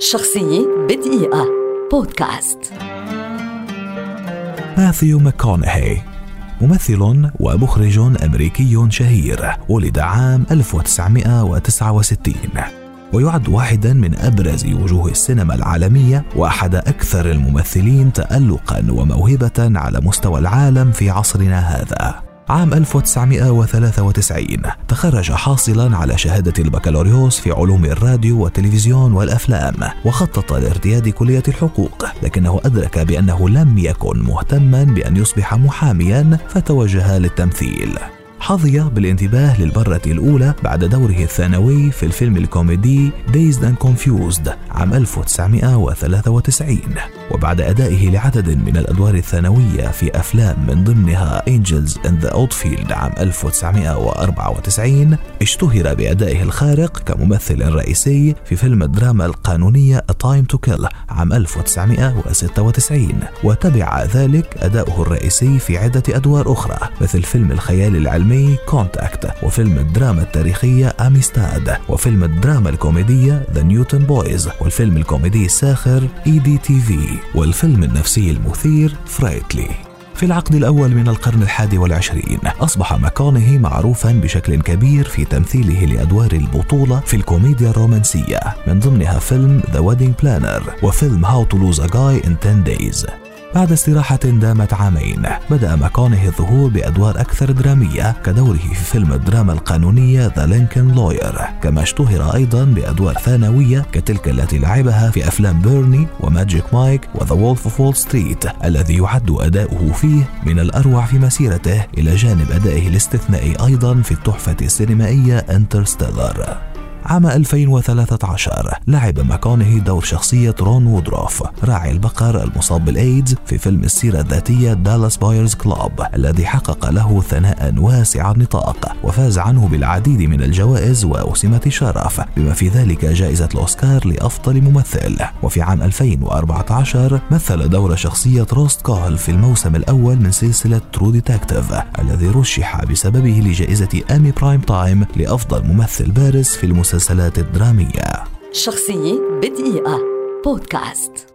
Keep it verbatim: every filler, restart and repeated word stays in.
شخصية بدقيقة بودكاست. ماثيو ماكونهي ممثل ومخرج أمريكي شهير، ولد عام ألف وتسعمائة وتسعة وستين، ويعد واحدا من أبرز وجوه السينما العالمية وأحد أكثر الممثلين تألقا وموهبة على مستوى العالم في عصرنا هذا. عام ألف وتسعمائة وثلاثة وتسعين تخرج حاصلا على شهادة البكالوريوس في علوم الراديو والتلفزيون والأفلام، وخطط لارتياد كلية الحقوق، لكنه أدرك بأنه لم يكن مهتما بأن يصبح محاميا فتوجه للتمثيل. حظي بالانتباه للمرة الأولى بعد دوره الثانوي في الفيلم الكوميدي Dazed and Confused عام ألف وتسعمائة وثلاثة وتسعين، وبعد أدائه لعدد من الأدوار الثانوية في أفلام من ضمنها Angels in the Outfield عام ألف وتسعمائة وأربعة وتسعين، اشتهر بأدائه الخارق كممثل رئيسي في فيلم الدراما القانونية A Time to Kill عام ألف وتسعمائة وستة وتسعين، وتبع ذلك أداؤه الرئيسي في عدة أدوار أخرى مثل فيلم الخيال العلمي كونتاكت، وفيلم الدراما التاريخية أميستاد، وفيلم الدراما الكوميدية The Newton Boys، والفيلم الكوميدي الساخر إي دي تي في، والفيلم النفسي المثير فريتلي. في العقد الأول من القرن الحادي والعشرين أصبح ماكونهي معروفا بشكل كبير في تمثيله لأدوار البطولة في الكوميديا الرومانسية، من ضمنها فيلم The Wedding Planner وفيلم How to Lose a Guy in ten days. بعد استراحة دامت عامين بدأ ماكونهي الظهور بأدوار أكثر درامية كدوره في فيلم الدراما القانونية The Lincoln Lawyer، كما اشتهر أيضا بأدوار ثانوية كتلك التي لعبها في أفلام بيرني وماجيك مايك وذا وولف اوف وول ستريت، الذي يعد أداؤه فيه من الأروع في مسيرته، إلى جانب أدائه الاستثنائي أيضا في التحفة السينمائية انترستيلر. عام ألفين وثلاثة عشر لعب ماكونهي دور شخصية رون وودروف، راعي البقر المصاب بالإيدز، في فيلم السيرة الذاتية دالاس بايرز كلوب، الذي حقق له ثناء واسع النطاق وفاز عنه بالعديد من الجوائز وأوسمة الشرف، بما في ذلك جائزة الأوسكار لأفضل ممثل. وفي عام ألفين وأربعة عشر مثل دور شخصية روست كول في الموسم الأول من سلسلة ترو ديتكتيف، الذي رشح بسببه لجائزة آمي برايم تايم لأفضل ممثل بارز في المسلسلات الدرامية. شخصية بدقيقة بودكاست.